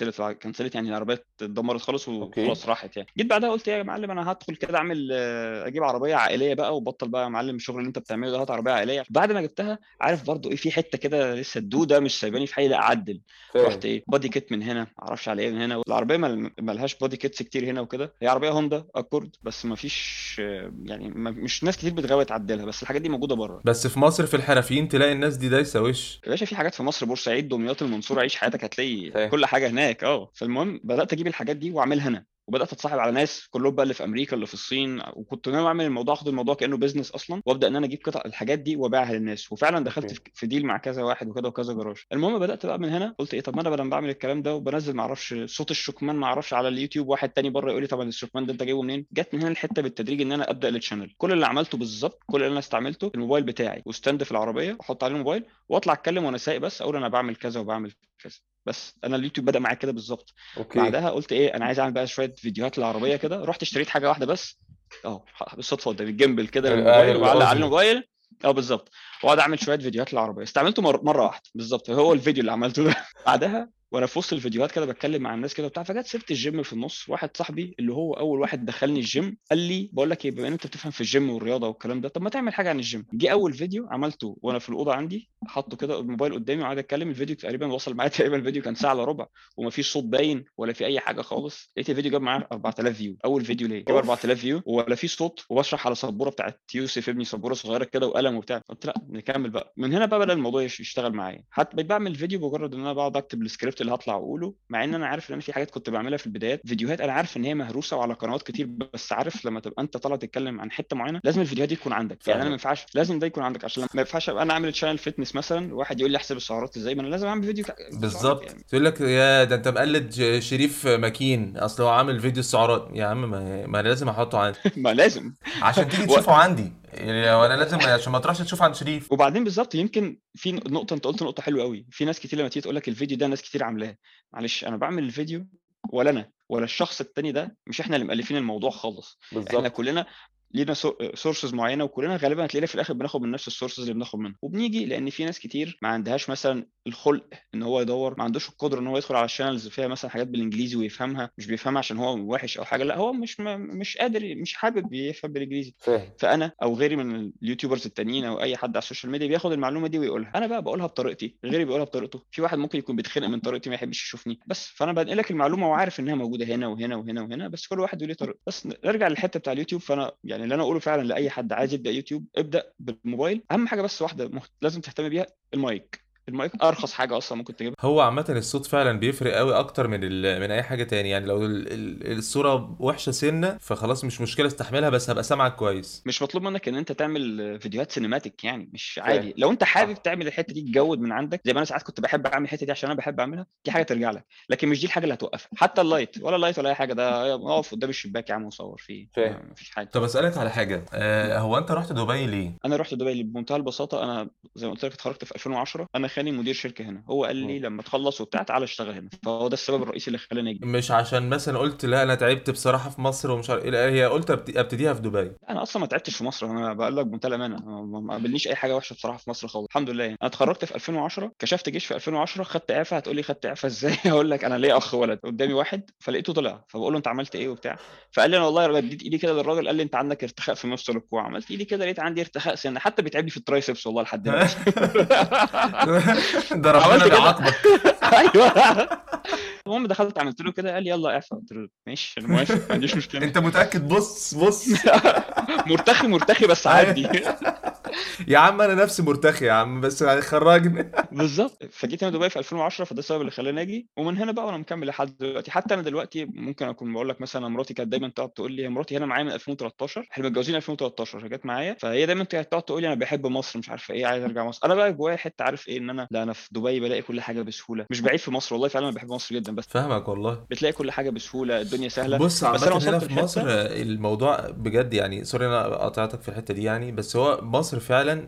[SPEAKER 2] كنسلت يعني العربيه اتدمرت خالص
[SPEAKER 1] اوكي.
[SPEAKER 2] وخلاص راحت يعني. جيت بعدها قلت يا معلم انا هدخل كده اعمل اجيب عربيه عائليه بقى، وبطل بقى يا معلم الشغل اللي انت بتعمله ده، هات عربيه عائليه. بعد ما جبتها عارف برضو ايه، في حته كده لسه الدوده مش سايباني في حي، لا اعدل. رحت
[SPEAKER 1] فاهم.
[SPEAKER 2] ايه بادي كيت من هنا، معرفش على ايه من هنا. العربيه ملهاش بادي كيتس كتير هنا وكده، هي عربيه هوندا اكورد بس ما فيش يعني مش ناس كتير بتغاوي تعدلها، بس الحاجات دي موجوده بره.
[SPEAKER 1] بس في مصر في الحرفيين تلاقي الناس دي دايسه وش.
[SPEAKER 2] يا باشا في حاجات في مصر، بورسعيد، دمياط، المنصوره، عيش حياتك هتلاقي
[SPEAKER 1] فاهم.
[SPEAKER 2] كل حاجه هناك. فالمهم بدات اجيب الحاجات دي واعملها هنا، وبدات اتصاحب على ناس كلهم بقى اللي في امريكا اللي في الصين، وكنت ناوي اعمل الموضوع، اخد الموضوع كانه بيزنس اصلا، وابدا ان انا اجيب قطع الحاجات دي وابيعها للناس. وفعلا دخلت
[SPEAKER 1] اوكي.
[SPEAKER 2] في ديل مع كذا واحد وكده وكذا جراج. المهم بدات بقى من هنا، قلت ايه طب ما انا بدل ما بعمل الكلام ده وبنزل ما اعرفش صوت الشكمان ما اعرفش على اليوتيوب، واحد تاني بره يقول لي طب الشكمان ده انت جايبه منين، جت من هنا الحته بالتدريج ان انا ابدا التشانل. كل اللي عملته بالظبط، كل اللي انا استعملته الموبايل بتاعي وستاند في العربيه، احط عليه الموبايل واطلع اتكلم وانا سايق، بس اقول انا بعمل كذا وبعمل كذا. بس انا اليوتيوب بدا معايا كده بالظبط.
[SPEAKER 1] اوكي.
[SPEAKER 2] بعدها قلت ايه انا عايز اعمل بقى شويه فيديوهات للعربيه كده، رحت اشتريت حاجه واحده بس اهو بالصدفه قدامي الجيمبل كده
[SPEAKER 1] ايوه
[SPEAKER 2] للموبايل، واعلق عليه
[SPEAKER 1] الاوزمو.
[SPEAKER 2] الموبايل. بالظبط. واقعد اعمل شويه فيديوهات للعربيه، استعملته مره واحده بالظبط، هو الفيديو اللي عملته ده. بعدها وانا في وسط الفيديوهات كده بتكلم مع الناس كده وبتاع، فجت سبت الجيم في النص. واحد صاحبي اللي هو اول واحد دخلني الجيم قال لي بقول لك ايه، بما ان انت بتفهم في الجيم والرياضه والكلام ده، طب ما تعمل حاجه عن الجيم. جه اول فيديو عملته وانا في الاوضه عندي، حاطه كده الموبايل قدامي وقعد اتكلم. الفيديو تقريبا وصل معايا تقريبا الفيديو كان ساعه الا ربع، ومفيش صوت باين ولا في اي حاجه خالص. لقيت الفيديو جاب معايا 4000 فيو، اول فيديو ليه جاب
[SPEAKER 1] اوف.
[SPEAKER 2] 4000 فيو ولا في صوت، وبشرح على سبوره بتاعت يوسف ابني، سبوره صغيره كده وقلم وبتاع. قلت لا نكمل بقى. من هنا بقى بدا الموضوع يشتغل معايا. حتى بقيت بعمل فيديو بمجرد ان انا بقعد اكتب السكريبت اللي هطلع اقوله، مع ان انا عارف ان انا في حاجات كنت بعملها في البدايات، فيديوهات انا عارف ان هي مهروسه وعلى قنوات كتير، بس عارف لما تبقى انت طالع تتكلم عن حته معينه لازم الفيديوهات دي تكون عندك. يعني انا ما
[SPEAKER 1] فاهمك.
[SPEAKER 2] ينفعش، لازم ده يكون عندك، عشان ما ينفعش ابقى انا اعمل تشانل فيتنس مثلا واحد يقول لي احسب السعرات ازاي، ما انا لازم اعمل فيديو سعرات
[SPEAKER 1] بالظبط،
[SPEAKER 2] يعني.
[SPEAKER 1] تقول لك يا ده انت مقلد شريف ماكين، اصل هو عامل فيديو السعرات. يا عم ما انا لازم احطه عندي
[SPEAKER 2] ما لازم.
[SPEAKER 1] عشان تيجي تشوفه عندي يعني، وانا لازم عشان ما تروحش تشوف عند شريف.
[SPEAKER 2] وبعدين بالظبط يمكن في نقطه انت قلت نقطه حلوه قوي، في ناس كتير لما تيجي تقول لك الفيديو ده ناس كتير عاملاه، معلش انا بعمل الفيديو ولا انا ولا الشخص التاني ده، مش احنا اللي مؤلفين الموضوع خالص. احنا
[SPEAKER 1] بالظبط.
[SPEAKER 2] كلنا لينا سورسز معينه، وكلنا غالبا هتلاقينا في الاخر بناخد من نفس السورسز اللي بناخد منها، وبنيجي لان في ناس كتير ما عندهاش مثلا الخلق ان هو يدور، ما عندوش القدره ان هو يدخل على الشانلز فيها مثلا حاجات بالانجليزي ويفهمها، مش بيفهمها عشان هو وحش او حاجه، لا هو مش قادر، مش حابب يفهم بالانجليزي.
[SPEAKER 1] فاهم.
[SPEAKER 2] فانا او غيري من اليوتيوبرز التانيين او اي حد على السوشيال ميديا بياخد المعلومه دي ويقولها، انا بقى بقولها بطريقتي، غيري بيقولها بطريقته. في واحد ممكن يكون بيتخنق من طريقتي ما يحبش يشوفني، بس فانا بنقل لك المعلومه وعارف انها موجوده هنا وهنا وهنا وهنا، بس كل واحد له طريقه. بس نرجع للحته بتاع اليوتيوب. فانا يعني اللي انا اقوله فعلا لاي حد عايز يبدا يوتيوب، ابدا بالموبايل. اهم حاجه بس واحده لازم تهتم بيها، المايك. المايك ارخص حاجه اصلا ممكن تجيبها.
[SPEAKER 1] هو عامة الصوت فعلا بيفرق قوي اكتر من اي حاجة تاني يعني. لو الصورة وحشة سنة فخلاص مش مشكلة استحملها، بس هبقى سامعك كويس.
[SPEAKER 2] مش مطلوب منك ان انت تعمل فيديوهات سينماتيك يعني، مش
[SPEAKER 1] فاهم.
[SPEAKER 2] عادي لو انت حابب
[SPEAKER 1] صح.
[SPEAKER 2] تعمل الحته دي تجود من عندك، زي ما انا ساعات كنت بحب اعمل الحته دي عشان انا بحب اعملها، دي حاجه ترجع لك، لكن مش دي الحاجه اللي هتوقفك. حتى اللايت ولا اللايت ولا اي حاجه، ده اقف قدام الشباك يا عم وصور فيه،
[SPEAKER 1] فاهم.
[SPEAKER 2] ما فيش حاجه.
[SPEAKER 1] طب اسألك على حاجة، هو انت رحت دبي ليه؟
[SPEAKER 2] انا رحت دبي بمنتهى البساطه. انا زي ما قلت لك اتخرجت في 2010، انا خالي مدير شركه هنا، هو قال لي
[SPEAKER 1] مم.
[SPEAKER 2] لما تخلص وبتاع تعالى اشتغل هنا، فهو ده السبب الرئيسي اللي خلاني اجي.
[SPEAKER 1] مش عشان مثلا قلت لا انا تعبت بصراحة في مصر ومش عارف ايه، لا، هي قلت ابتديها في دبي.
[SPEAKER 2] انا اصلا ما تعبتش في مصر، انا بقول لك بمنتهى الامانه، ما قابلنيش اي حاجه وحشه بصراحه في مصر خالص، الحمد لله يعني. انا اتخرجت في 2010، كشفت جيش في 2010، خدت اعفاء. هتقول لي خدت اعفاء ازاي؟ هقول لك انا ليه اخ ولد قدامي واحد، فلقيته طلع، فبقول له انت عملت ايه وبتاع، فقال لي انا والله بديت ايدي كده للراجل، قال لي انت عندك ارتخاء في نص الكوع. عملت ايدي كده لقيت عندي ارتخاء سنه، حتى بيتعب لي في الترايسبس والله لحد دلوقتي.
[SPEAKER 1] ده ربنا
[SPEAKER 2] عملت كده.
[SPEAKER 1] بيعاقبك.
[SPEAKER 2] ايوه. المهم دخلت عملت له كده، قال لي يلا اعفاء. قلت له ماشي انا موافق ما عنديش مشكله.
[SPEAKER 1] انت متأكد؟ بص بص.
[SPEAKER 2] مرتخي مرتخي بس عادي.
[SPEAKER 1] يا عم انا نفسي مرتخي يا عم، بس خرجني.
[SPEAKER 2] بالظبط. فجيت هنا دبي في 2010، فده السبب اللي خلاني اجي، ومن هنا بقى وانا مكمل لحد دلوقتي. حتى انا دلوقتي ممكن اكون بقول لك مثلا مراتي كانت دايما تقعد تقول لي، هي مراتي هنا معايا من 2013، احنا متجوزين 2013، هي جت معايا، فهي دايما كانت تقعد تقول لي انا بحب مصر مش عارفه ايه، عايز ارجع مصر. انا بقى جوايا حته عارف ايه، ان انا لا، انا في دبي بلاقي كل حاجه بسهوله، مش بعيد في مصر والله فعلا انا بحب مصر جدا، بس
[SPEAKER 1] فاهمك والله.
[SPEAKER 2] بتلاقي كل حاجه بسهوله، الدنيا سهله.
[SPEAKER 1] بص
[SPEAKER 2] بس
[SPEAKER 1] عامة
[SPEAKER 2] انا
[SPEAKER 1] هنا
[SPEAKER 2] وصلت
[SPEAKER 1] في مصر
[SPEAKER 2] لحته.
[SPEAKER 1] الموضوع بجد يعني، سوري انا قطعتك في الحتة دي يعني، بس هو مصر فعلا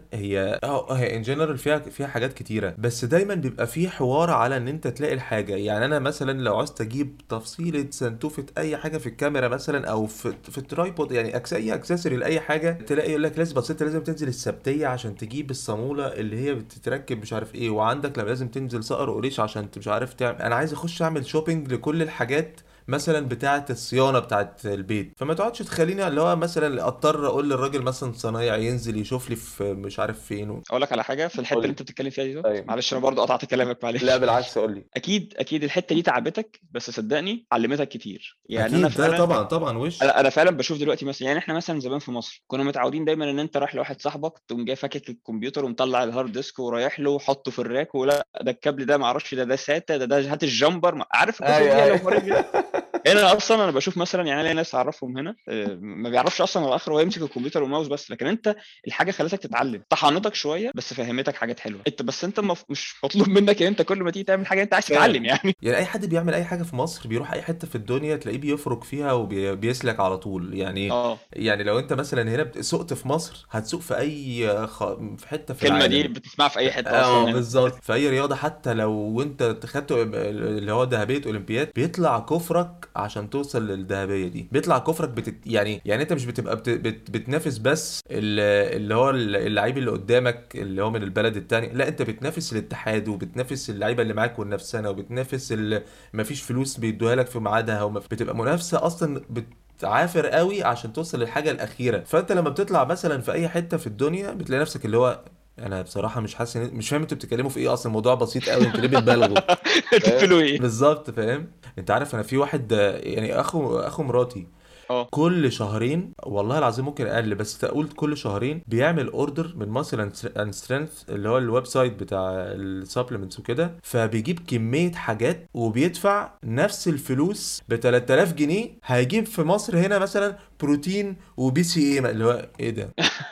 [SPEAKER 1] هي ان جنرال فيها حاجات كتيره، بس دايما بيبقى في حوار على ان انت تلاقي الحاجه. يعني انا مثلا لو عاوز اجيب تفصيله سنتوفه اي حاجه في الكاميرا مثلا او في الترايبود، يعني اي اكسسوري لاي حاجه، تلاقي يقول لك لازم، بس انت لازم تنزل السبتيه عشان تجيب الصاموله اللي هي بتتركب مش عارف ايه، وعندك لما لازم تنزل صقر قريش عشان مش عارف تعمل. انا عايز اخش اعمل شوبينج لكل الحاجات مثلا بتاعه الصيانه بتاعه البيت، فما تقعدش تخليني اللي هو مثلا اضطر اقول للراجل مثلا صنايع ينزل يشوف لي في مش عارف فين
[SPEAKER 2] اقول لك على حاجه في الحته
[SPEAKER 1] قول
[SPEAKER 2] اللي
[SPEAKER 1] لي.
[SPEAKER 2] انت بتتكلم فيها دي
[SPEAKER 1] طيب.
[SPEAKER 2] معلش انا برضو قطعت كلامك
[SPEAKER 1] لا
[SPEAKER 2] معلش.
[SPEAKER 1] بالعكس، قول لي.
[SPEAKER 2] اكيد الحته دي تعبتك، بس صدقني علمتك كتير. يعني انا
[SPEAKER 1] اكيد، ده
[SPEAKER 2] فعلا
[SPEAKER 1] طبعا طبعا وش.
[SPEAKER 2] انا فعلا بشوف دلوقتي مثلا، يعني احنا مثلا زمان في مصر كنا متعودين دايما ان انت رايح لواحد صاحبك تقوم جاي فاكك الكمبيوتر ومطلع الهارد ديسك ورايح له وحطه في الراك، ولا ده الكابل ده ما اعرفش، ده ساتا، ده هات الجامبر، عارف القصص
[SPEAKER 1] اي
[SPEAKER 2] دي
[SPEAKER 1] اي.
[SPEAKER 2] لو مريت بيها. هنا اصلا انا بشوف مثلا، يعني انا ناس اعرفهم هنا ما بيعرفش اصلا على الاخر هو يمسك الكمبيوتر والماوس بس، لكن انت الحاجه خلتك تتعلم، طحنتك شويه بس فهمتك حاجات حلوه. انت بس انت مش مطلوب منك ان انت كل ما تيجي تعمل حاجه انت عايز
[SPEAKER 1] فاهم.
[SPEAKER 2] تتعلم يعني.
[SPEAKER 1] يعني اي حد بيعمل اي حاجه في مصر بيروح اي حته في الدنيا تلاقيه بيفرك فيها وبيسلك على طول يعني.
[SPEAKER 2] اه
[SPEAKER 1] يعني لو انت مثلا هنا سقت في مصر هتسوق في اي في حته في
[SPEAKER 2] الكلمه دي
[SPEAKER 1] العالم.
[SPEAKER 2] بتسمعها في اي حته
[SPEAKER 1] اه
[SPEAKER 2] اصلا هنا.
[SPEAKER 1] بالظبط، في اي رياضه حتى لو انت خدت اللي هو ذهبيه اولمبياد، بيطلع كفرك عشان توصل للذهبيه دي، بيطلع كفرك يعني انت مش بتبقى بتنافس بس اللي هو اللعيب اللي قدامك اللي هو من البلد التاني، لا انت بتنافس الاتحاد وبتنافس اللعيبه اللي معاك والنفسانه، وبتنافس مفيش فلوس بيدوها لك في ميعادها، بتبقى منافسه اصلا عافر قوي عشان توصل للحاجه الاخيره. فانت لما بتطلع مثلا في اي حته في الدنيا بتلاقي نفسك اللي هو انا بصراحه مش حاسس مش فاهم انتوا بتتكلموا في ايه اصلا، الموضوع بسيط قوي، انتوا ليه بتبالغوا؟
[SPEAKER 2] انتوا
[SPEAKER 1] فاهم
[SPEAKER 2] بتقولوا ايه؟
[SPEAKER 1] بالظبط، فاهم. انت عارف انا في واحد يعني اخو مراتي
[SPEAKER 2] اه
[SPEAKER 1] كل شهرين والله العظيم ممكن اقل، بس تقول كل شهرين بيعمل اوردر من مصر اند سترينث اللي هو الويب سايت بتاع السبلمنتس وكده، فبيجيب كمية حاجات وبيدفع نفس الفلوس ب 3000 جنيه، هيجيب في مصر هنا مثلا بروتين وبي سي اي، اللي هو ايه ده.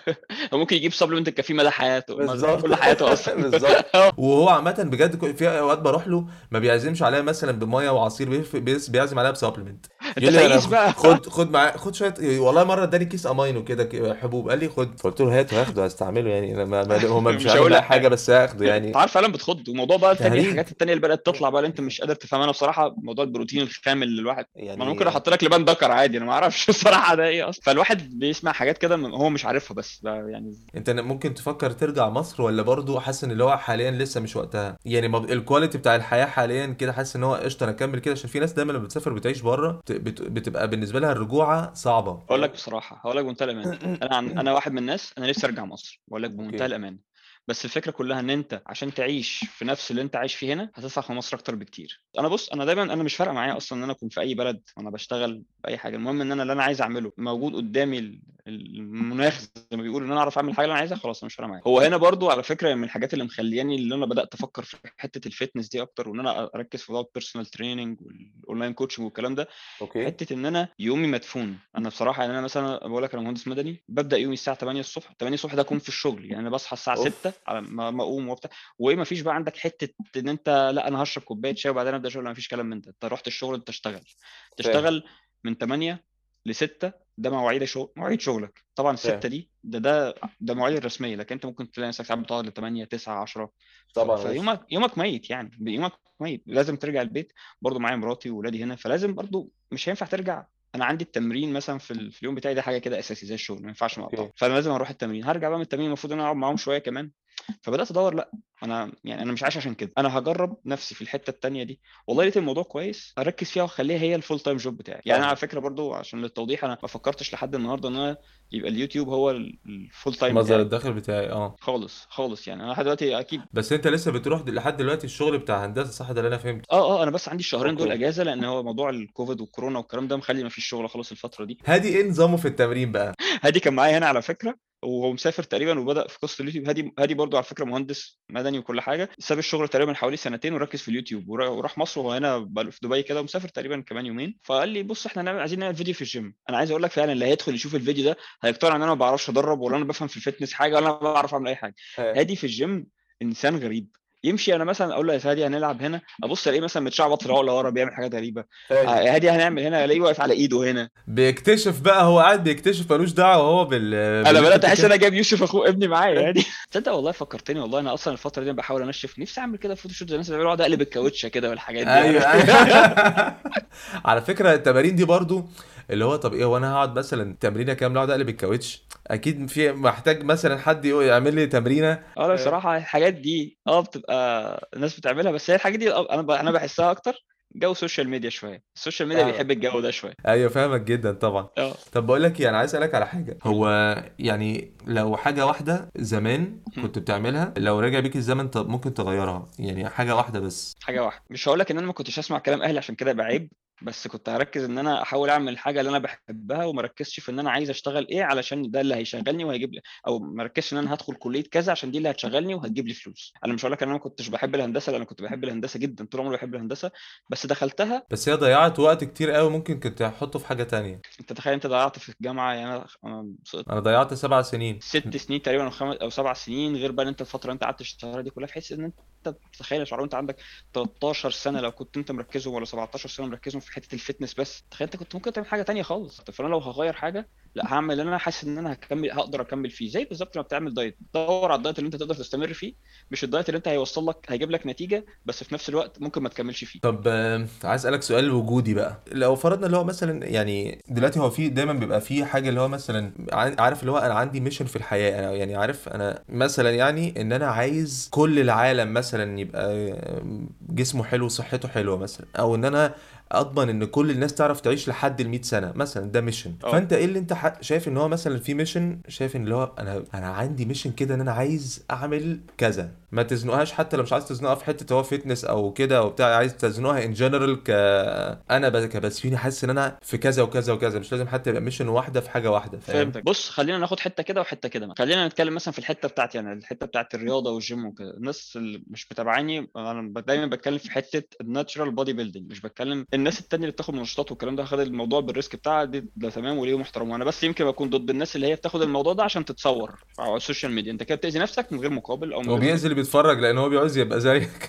[SPEAKER 2] هو ممكن يجيب سبلمنت تكفيه مدى حياته،
[SPEAKER 1] بالظبط.
[SPEAKER 2] كل حياته اصلا.
[SPEAKER 1] بالظبط. وهو عامة بجد في اوقات بروح له ما بيعزمش عليا مثلا بميه وعصير، بيعزم عليا بسبلمنت.
[SPEAKER 2] انت
[SPEAKER 1] يقول لي انا
[SPEAKER 2] فايز بقى.
[SPEAKER 1] خد معاه، خد شويه، والله مره اداني كيس امينو كده حبوب، قال لي خد، قلت له هاته، هاخده هستعمله يعني، انا هو مش
[SPEAKER 2] مش
[SPEAKER 1] هيعمل
[SPEAKER 2] هقول
[SPEAKER 1] معايا
[SPEAKER 2] لا.
[SPEAKER 1] حاجه بس هاخده
[SPEAKER 2] انت
[SPEAKER 1] يعني.
[SPEAKER 2] عارف فعلا بتخض. وموضوع بقى التاني،
[SPEAKER 1] تهريج
[SPEAKER 2] الحاجات التانية اللي بدأت تطلع بقى اللي انت مش قادر تفهمها بصراحة، موضوع البروتين الخام اللي الواحد، ما انا ممكن
[SPEAKER 1] يعني.
[SPEAKER 2] احط لك لبان دكر عادي، انا ما اعرفش الصراحة ده ايه اصلا. فالواحد بيسمع حاجات كده هو مش عارفها، بس ده يعني.
[SPEAKER 1] انت ممكن تفكر ترجع مصر، ولا برضو حاسس ان اللي هو حاليا لسه مش وقتها يعني، الكواليتي بتاع الحياه حاليا كده، حاسس ان هو قشطه انا اكمل كده؟ عشان في ناس دايما لما بتسافر بتعيش بره بتبقى بالنسبه لها الرجوعه صعبه،
[SPEAKER 2] اقول لك
[SPEAKER 1] فاهم.
[SPEAKER 2] بصراحة، هقول لك بمنتهى الأمان، انا واحد من الناس انا نفسي ارجع مصر، بقول لك بمنتهى
[SPEAKER 1] اوكي.
[SPEAKER 2] الأمان. بس الفكرة كلها ان انت عشان تعيش في نفس اللي انت عايش فيه هنا هتدفع في مصر اكتر بكتير. انا بص، انا دايما انا مش فارقه معايا اصلا ان انا اكون في اي بلد وانا بشتغل باي حاجه، المهم ان انا اللي انا عايز اعمله موجود قدامي، المناخ زي ما بيقولوا، ان انا اعرف اعمل الحاجه اللي انا عايزها، خلاص انا مش فارقه معايا. هو هنا برضو على فكره من الحاجات اللي مخلياني اللي انا بدات افكر في حته الفتنس دي اكتر، وان انا اركز في موضوع البيرسونال تريننج والاونلاين كوتشنج والكلام ده،
[SPEAKER 1] اوكي.
[SPEAKER 2] حته ان انا يومي مدفون. انا بصراحه يعني انا مثلا بقول لك انا مهندس مدني، ببدا يومي الساعه 8 الصبح، 8 الصبح ده اكون في الشغل، يعني انا بصحى الساعه 6
[SPEAKER 1] اوف.
[SPEAKER 2] على ما اقوم وبتاع. وايه، ما فيش بقى عندك حته ان انت لا انا هشرب كوبايه شاي وبعدين ابدا شغل، ما فيش كلام من ده. انت رحت الشغل انت تشتغل،
[SPEAKER 1] فاهم.
[SPEAKER 2] تشتغل من 8 ل 6، ده مواعيد شغل، مواعيد شغلك طبعا.
[SPEAKER 1] فاهم.
[SPEAKER 2] الستة دي ده مواعيد الرسميه، لكن انت ممكن تلاقي نفسك ساعات بتقعد ل 8 9 10.
[SPEAKER 1] طبعا وش.
[SPEAKER 2] فيومك ميت يعني، يومك ميت. لازم ترجع البيت، برضو معايا مراتي واولادي هنا، فلازم برضو مش هينفع ترجع. انا عندي التمرين مثلا في اليوم بتاعي ده حاجه كده اساسي زي الشغل، ما ينفعش نقطعه،
[SPEAKER 1] اوكي.
[SPEAKER 2] فانا لازم اروح التمرين. هرجع بقى من التمرين المفروض ان انا اقعد معاهم شويه كمان. فبدات ادور، لا انا يعني انا مش عايش عشان كده، انا هجرب نفسي في الحته التانيه دي. والله لقيت الموضوع كويس، اركز فيها واخليها هي الفول تايم جوب بتاعي. يعني انا على
[SPEAKER 1] فاهمك.
[SPEAKER 2] فكره برضو عشان للتوضيح، انا ما فكرتش لحد النهارده ان انا يبقى اليوتيوب هو الفول تايم
[SPEAKER 1] مصدر
[SPEAKER 2] بتاعي
[SPEAKER 1] الدخل بتاعي اه.
[SPEAKER 2] خالص خالص. يعني انا لحد دلوقتي اكيد.
[SPEAKER 1] بس انت لسه بتروح لحد دلوقتي الشغل بتاع هندسه، صح؟ ده اللي انا فهمته.
[SPEAKER 2] انا بس عندي الشهرين دول
[SPEAKER 1] اوكي.
[SPEAKER 2] اجازه، لان هو موضوع الكوفيد والكورونا والكلام ده مخلي ما فيش شغل خالص الفتره دي.
[SPEAKER 1] هادي ايه نظامه في التمرين بقى؟
[SPEAKER 2] هادي كان معايا هنا على فكره، وهو مسافر تقريبا وبدا في قصه اليوتيوب. هادي برضو على فكره مهندس مدني وكل حاجه، ساب الشغل تقريبا حوالي سنتين وركز في اليوتيوب، وراح مصر، وهو هنا بقى في دبي كده، ومسافر تقريبا كمان يومين. فقال لي بص احنا عايزين نعمل فيديو في الجيم. انا عايز اقول لك فعلا اللي هيدخل يشوف الفيديو ده هيقتنع ان انا ما بعرفش ادرب، ولا انا بفهم في الفتنس حاجه، ولا انا بعرف اعمل اي حاجه.
[SPEAKER 1] ها.
[SPEAKER 2] هادي في الجيم انسان غريب. يمشي، انا مثلا اقول له يا فادي هنلعب هنا، ابص الاقيه مثلا متشعبط في العقله ورا بيعمل حاجات غريبه.
[SPEAKER 1] ايوه،
[SPEAKER 2] هادي هنعمل هنا، الاقيه واقف على ايده هنا.
[SPEAKER 1] بيكتشف بقى، هو قاعد بيكتشف ملوش دعوه هو
[SPEAKER 2] انا
[SPEAKER 1] باللي انت
[SPEAKER 2] بدات احس ان
[SPEAKER 1] بتتكلم.
[SPEAKER 2] انا جايب يوسف اخو ابني معايا يعني. تصدق والله فكرتني، والله انا اصلا الفتره دي بحاول انشف نفسي اعمل كده فوتوشوب زي الناس اللي بيقعدوا اقلب الكاوتشه كده والحاجات دي،
[SPEAKER 1] ايوه
[SPEAKER 2] عارف.
[SPEAKER 1] ايوه. على فكره التمارين دي برضو اللي هو طب ايه، وانا هقعد مثلا تمرينه كامله اقعد اقلب الكاوتش؟ اكيد في محتاج مثلا حد يعمل لي تمرينه.
[SPEAKER 2] اه لا بصراحه الحاجات دي بتبقى الناس بتعملها، بس هي الحاجات دي انا بحسها اكتر جو سوشيال ميديا شويه، السوشيال ميديا
[SPEAKER 1] فاهمك.
[SPEAKER 2] بيحب الجو ده شويه.
[SPEAKER 1] ايوه فاهمك جدا طبعا.
[SPEAKER 2] اه
[SPEAKER 1] طب بقول لك ايه، انا عايز اسالك على حاجه.
[SPEAKER 2] قول
[SPEAKER 1] هو
[SPEAKER 2] لي.
[SPEAKER 1] يعني لو حاجه واحده زمان
[SPEAKER 2] هم.
[SPEAKER 1] كنت بتعملها لو رجع بيك الزمن، طب ممكن تغيرها؟ يعني حاجه واحده بس.
[SPEAKER 2] حاجه واحده، مش هقول لك ان انا ما كنتش اسمع كلام اهلي عشان كده يبقى عيب، بس كنت هركز ان انا احاول اعمل الحاجه اللي انا بحبها، وما ركزش في ان انا عايز اشتغل ايه علشان ده اللي هيشغلني وهيجيب لي، او ما ركزش ان انا هدخل كليه كذا عشان دي اللي هتشغلني وهتجيب لي فلوس. انا مش هقول لك ان انا ما كنتش بحب الهندسه، لان انا كنت بحب الهندسه جدا، طول عمري بحب الهندسه، بس دخلتها.
[SPEAKER 1] بس هي ضيعت وقت كتير قوي، ممكن كنت احطه في حاجه تانية.
[SPEAKER 2] انت تخيل انت ضيعت في الجامعه، يعني انا سقطت
[SPEAKER 1] انا ضيعت 7 سنين.
[SPEAKER 2] 6 سنين تقريبا او 5 او 7 سنين، غير بقى ان انت الفتره اللي انت قعدت تشتغلها دي كلها، بحيث ان انت تتخيل يا شعور انت عندك 13 سنه لو كنت انت مركزهم، ولا 17 سنه مركزهم في حته الفتنس بس، تخيل انت كنت ممكن تعمل حاجه تانية خالص. فانا لو هغير حاجه، لا هعمل اللي انا حاسس ان انا هكمل هقدر اكمل فيه، زي بالظبط لما بتعمل دايت، دور على الدايت اللي انت تقدر تستمر فيه، مش الدايت اللي انت هيوصل لك هيجيب لك نتيجه بس في نفس الوقت ممكن ما تكملش فيه.
[SPEAKER 1] طب عايز اسالك سؤال وجودي بقى. لو فرضنا اللي هو مثلا يعني دلوقتي هو في دايما بيبقى في حاجه اللي هو مثلا عارف اللي هو انا عندي ميشن في الحياه، انا يعني عارف انا مثلا يعني ان انا عايز كل العالم مثلا يبقى جسمه حلو صحته حلوه مثلا، او ان انا اضمن ان كل الناس تعرف تعيش لحد ال 100 سنه مثلا، ده ميشن.
[SPEAKER 2] اه
[SPEAKER 1] فانت ايه اللي انت شايف ان هو مثلا في ميشن، شايف ان اللي هو انا عندي ميشن كده ان انا عايز اعمل كذا، ما تزنقهاش حتى لو مش عايز تزنقها في حته هو فيتنس او كده وبتاع، عايز تزنقها ان جنرال انا كبسيوني حاسس ان انا في كذا وكذا وكذا، مش لازم حتى يبقى ميشن واحده في حاجه واحده، فاهم؟
[SPEAKER 2] فهمتك. بص خلينا ناخد حته كده وحته كده، مثلا خلينا نتكلم مثلا في الحته بتاعتي، يعني الحته بتاعت الرياضه والجيم وكده. الناس اللي مش متابعاني انا دايما بتكلم في حته الناتشرال بودي بيلدينج، مش بتكلم الناس التانية اللي بتاخد منشطات والكلام ده، خد الموضوع بالريسك بتاعها دي، ده تمام وليه محترم، وانا بس يمكن بكون ضد الناس اللي هي بتاخد الموضوع ده عشان تتصور على السوشيال ميديا، انت كده بتاذي نفسك من غير مقابل او من
[SPEAKER 1] هو
[SPEAKER 2] غير
[SPEAKER 1] بيأذي
[SPEAKER 2] فايده.
[SPEAKER 1] اللي بيتفرج لان هو بيعوز يبقى زيك.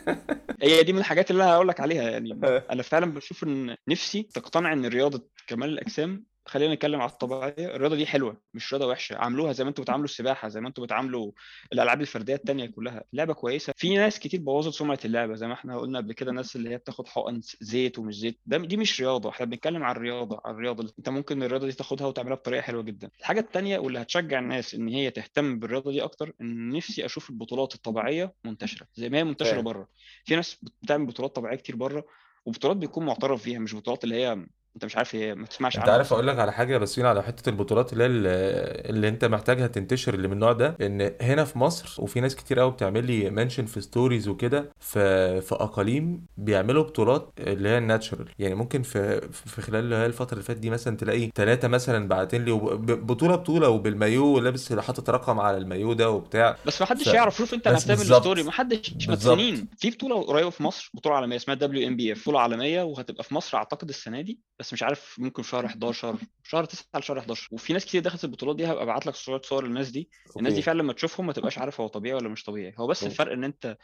[SPEAKER 2] هي دي من الحاجات اللي انا هقول لك عليها، يعني انا فعلا بشوف ان نفسي تقتنع ان رياضه كمال الاجسام، خلينا نتكلم على الطبيعيه، الرياضه دي حلوه مش رياضه وحشه، عاملوها زي ما انتم بتعاملوا السباحه، زي ما انتم بتعاملوا الالعاب الفرديه التانيه كلها، لعبه كويسه. في ناس كتير بوظت سمعه اللعبه زي ما احنا قلنا قبل كده، الناس اللي هي بتاخد حقن زيت ومش زيت، دي مش رياضه، احنا بنتكلم على الرياضه، على الرياضه اللي انت ممكن الرياضه دي تاخدها وتعملها بطريقه حلوه جدا. الحاجه التانيه واللي هتشجع الناس ان هي تهتم بالرياضه دي اكتر، ان نفسي اشوف البطولات الطبيعيه منتشره زي ما هي منتشره
[SPEAKER 1] فاهم.
[SPEAKER 2] بره. في ناس بتعمل بطولات طبيعيه كتير بره، وبطولات بيكون معترف فيها، مش بطولات اللي هي انت مش عارف هي ما تسمعش
[SPEAKER 1] انت
[SPEAKER 2] عنها
[SPEAKER 1] عارف
[SPEAKER 2] اصلا.
[SPEAKER 1] اقول لك على حاجه بس على حته البطولات اللي هي اللي انت محتاجها تنتشر اللي من النوع ده، ان هنا في مصر وفي ناس كتير قوي بتعمل لي منشن في ستوريز وكده، في اقاليم بيعملوا بطولات اللي هي الناتشورال، يعني ممكن في خلال اللي هي الفتره اللي فاتت دي مثلا تلاقي 3 مثلا باعتين لي بطوله وبالمايو لابس حاطط رقم على المايو ده وبتاع.
[SPEAKER 2] بس ما
[SPEAKER 1] ف
[SPEAKER 2] حدش يعرف، شوف انت لما
[SPEAKER 1] بس
[SPEAKER 2] بتعمل ستوري
[SPEAKER 1] بالظبط.
[SPEAKER 2] ما حدش
[SPEAKER 1] بالظبط.
[SPEAKER 2] مدفونين في بطوله قريبه في مصر، بطوله عالميه اسمها دبليو ام بي اف، بطوله عالميه وهتبقى في مصر اعتقد السنه دي، بس مش عارف ممكن في شهر 11 شهر 9 لشهر 11، وفي ناس كتير دخلت البطولات دي، هبقى ابعت لك صور للناس دي. الناس دي
[SPEAKER 1] اوكي.
[SPEAKER 2] فعلا لما تشوفهم ما تبقاش عارف هو طبيعي ولا مش طبيعي، هو بس الفرق ان انت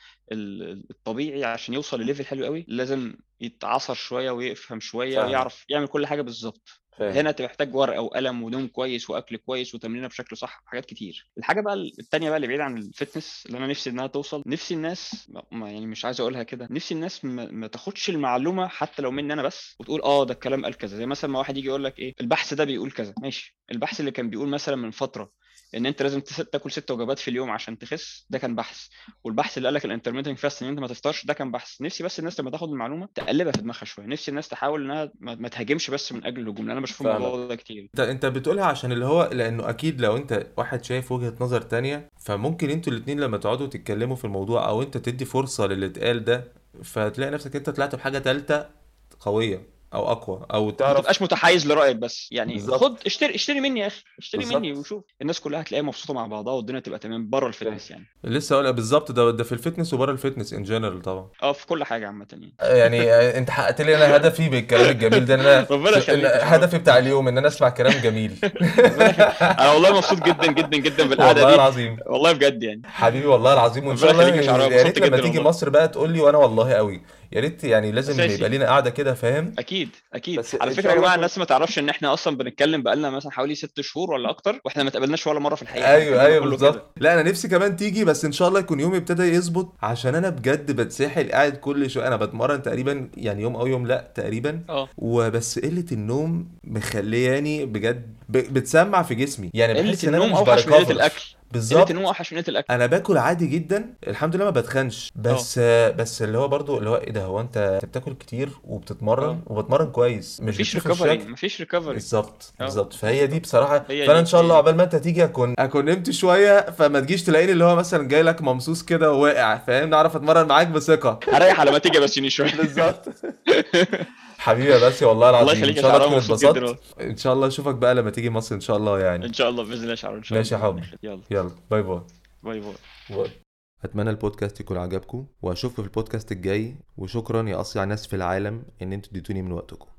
[SPEAKER 2] الطبيعي عشان يوصل لليفل حلو قوي لازم يتعصر شويه ويفهم شويه
[SPEAKER 1] فاهمك.
[SPEAKER 2] ويعرف يعمل كل حاجه بالظبط.
[SPEAKER 1] فاهم.
[SPEAKER 2] هنا انت محتاج ورقه وقلم ونوم كويس واكل كويس وتمرينه بشكل صح، حاجات كتير. الحاجه بقى التانيه بقى اللي بعيد عن الفتنس اللي انا نفسي انها توصل، نفسي الناس يعني مش عايز اقولها كده، نفسي الناس ما تاخدش المعلومه حتى لو مني انا بس وتقول ده الكلام قال كذا، زي مثلا ما واحد يجي يقول لك ايه البحث ده بيقول كذا، ماشي، البحث اللي كان بيقول مثلا من فتره ان انت لازم تاكل 6 وجبات في اليوم عشان تخس، ده كان بحث. والبحث اللي قال لك الانترميتنج فاست ان انت ما تفطرش، ده كان بحث. نفسي بس الناس لما تاخد المعلومه تقلبها في دماغها شويه، نفسي الناس تحاول انها ما تهاجمش بس من اجل الهجوم، لان انا بشوف
[SPEAKER 1] فاهمك.
[SPEAKER 2] الموضوع ده كتير.
[SPEAKER 1] انت بتقولها عشان اللي هو لانه اكيد لو انت واحد شايف وجهة نظر تانية، فممكن انتوا الاتنين لما تقعدوا تتكلموا في الموضوع او انت تدي فرصة للي اتقال ده، فتلاقي نفسك انت طلعت بحاجة تالتة قوية. او اقوى او
[SPEAKER 2] ما
[SPEAKER 1] تعرف.
[SPEAKER 2] تبقاش متحيز لرايك بس، يعني
[SPEAKER 1] بالظبط.
[SPEAKER 2] خد اشتري مني يا اخي، اشتري مني
[SPEAKER 1] بالظبط.
[SPEAKER 2] وشوف الناس كلها هتلاقيها مبسوطه مع بعضها والدنيا تبقى تمام بره الفتنس يعني.
[SPEAKER 1] لسه اقول بالظبط، ده في الفتنس وبره الفتنس ان جنرال طبعا.
[SPEAKER 2] اه في كل حاجه عامه يعني.
[SPEAKER 1] يعني انت حققت لي انا هدفي بالكلام الجميل ده، ان انا
[SPEAKER 2] ربنا يخليك يا شرف.
[SPEAKER 1] هدفي بتاع اليوم ان انا اسمع كلام جميل.
[SPEAKER 2] ربنا يخليك. انا والله مبسوط جدا جدا جدا بالقعده
[SPEAKER 1] والله
[SPEAKER 2] دي،
[SPEAKER 1] العظيم.
[SPEAKER 2] والله بجد يعني.
[SPEAKER 1] حبيبي والله العظيم، وان
[SPEAKER 2] ربنا
[SPEAKER 1] شاء الله
[SPEAKER 2] يخليك يا شرف،
[SPEAKER 1] يا ريت
[SPEAKER 2] انبسطت
[SPEAKER 1] لما
[SPEAKER 2] جدا
[SPEAKER 1] تيجي
[SPEAKER 2] والله.
[SPEAKER 1] مصر بقى تقول لي، وانا والله قوي يا ريت، يعني لازم يبقى
[SPEAKER 2] اساسي.
[SPEAKER 1] لينا قعده كده، فاهم؟
[SPEAKER 2] اكيد اكيد.
[SPEAKER 1] بس
[SPEAKER 2] على
[SPEAKER 1] ان
[SPEAKER 2] فكره
[SPEAKER 1] شاء
[SPEAKER 2] يا
[SPEAKER 1] الله
[SPEAKER 2] جماعه،
[SPEAKER 1] كن...
[SPEAKER 2] الناس ما تعرفش ان احنا اصلا بنتكلم بقالنا مثلا حوالي 6 شهور ولا اكتر، واحنا ما اتقابلناش ولا مره في الحقيقه، احنا
[SPEAKER 1] ايوه
[SPEAKER 2] كلامنا
[SPEAKER 1] ايوه
[SPEAKER 2] كله كده.
[SPEAKER 1] بالظبط. لا انا نفسي كمان تيجي، بس ان شاء الله يكون يومي ابتدى يظبط، عشان انا بجد بتسحل قاعد كل شويه. انا بتمرن تقريبا يعني يوم او يوم لا تقريبا،
[SPEAKER 2] اه
[SPEAKER 1] وبس قله النوم مخلياني بجد بتسمع في جسمي، يعني
[SPEAKER 2] قله
[SPEAKER 1] بحس ان انا
[SPEAKER 2] النوم
[SPEAKER 1] مش
[SPEAKER 2] اوحش من قله
[SPEAKER 1] بريكفر.
[SPEAKER 2] الاكل. قله النوم
[SPEAKER 1] بالظبط.
[SPEAKER 2] اوحش من قله الاكل.
[SPEAKER 1] انا باكل عادي جدا الحمد لله، ما بتخنش،
[SPEAKER 2] اه
[SPEAKER 1] بس اللي هو برضو اللي هو ايه ده، هو انت بتاكل كتير وبتتمرن
[SPEAKER 2] اه.
[SPEAKER 1] وبتمرن كويس، مش
[SPEAKER 2] مفيش
[SPEAKER 1] بتشوف
[SPEAKER 2] ريكفري،
[SPEAKER 1] الشكل.
[SPEAKER 2] مفيش ريكفري.
[SPEAKER 1] بالظبط
[SPEAKER 2] اه
[SPEAKER 1] بالظبط،
[SPEAKER 2] مفيش
[SPEAKER 1] فهي دي
[SPEAKER 2] ريكفري.
[SPEAKER 1] بصراحه.
[SPEAKER 2] هي
[SPEAKER 1] فانا ان
[SPEAKER 2] دي
[SPEAKER 1] شاء
[SPEAKER 2] هي
[SPEAKER 1] الله
[SPEAKER 2] دي.
[SPEAKER 1] عقبال ما انت تيجي اكون نمت شويه، فما تجيش تلاقيني اللي هو مثلا جاي لك ممسوس كده وواقع، فاهم؟ نعرف اتمرن معاك بثقه.
[SPEAKER 2] هريح على ما تيجي بس شويه.
[SPEAKER 1] بالظبط. حبيبي يا باسي والله
[SPEAKER 2] الله
[SPEAKER 1] العظيم، ان
[SPEAKER 2] يخليك يا
[SPEAKER 1] شاء الله
[SPEAKER 2] شعراوي،
[SPEAKER 1] تكون
[SPEAKER 2] مبسوط جدا
[SPEAKER 1] اتبسطت.
[SPEAKER 2] والله.
[SPEAKER 1] ان شاء الله اشوفك بقى لما تيجي مصر ان شاء الله يعني.
[SPEAKER 2] ان شاء الله باذن الله يا شعراوي، ان شاء
[SPEAKER 1] ماشي
[SPEAKER 2] الله
[SPEAKER 1] يا
[SPEAKER 2] باذن الله.
[SPEAKER 1] حبي.
[SPEAKER 2] يلا.
[SPEAKER 1] يلا باي باي.
[SPEAKER 2] باي باي.
[SPEAKER 1] باي. اتمنى البودكاست يكون عجبكم، واشوفكم في البودكاست الجاي، وشكرا يا اصيع ناس في العالم ان انتوا اديتوني من وقتكم.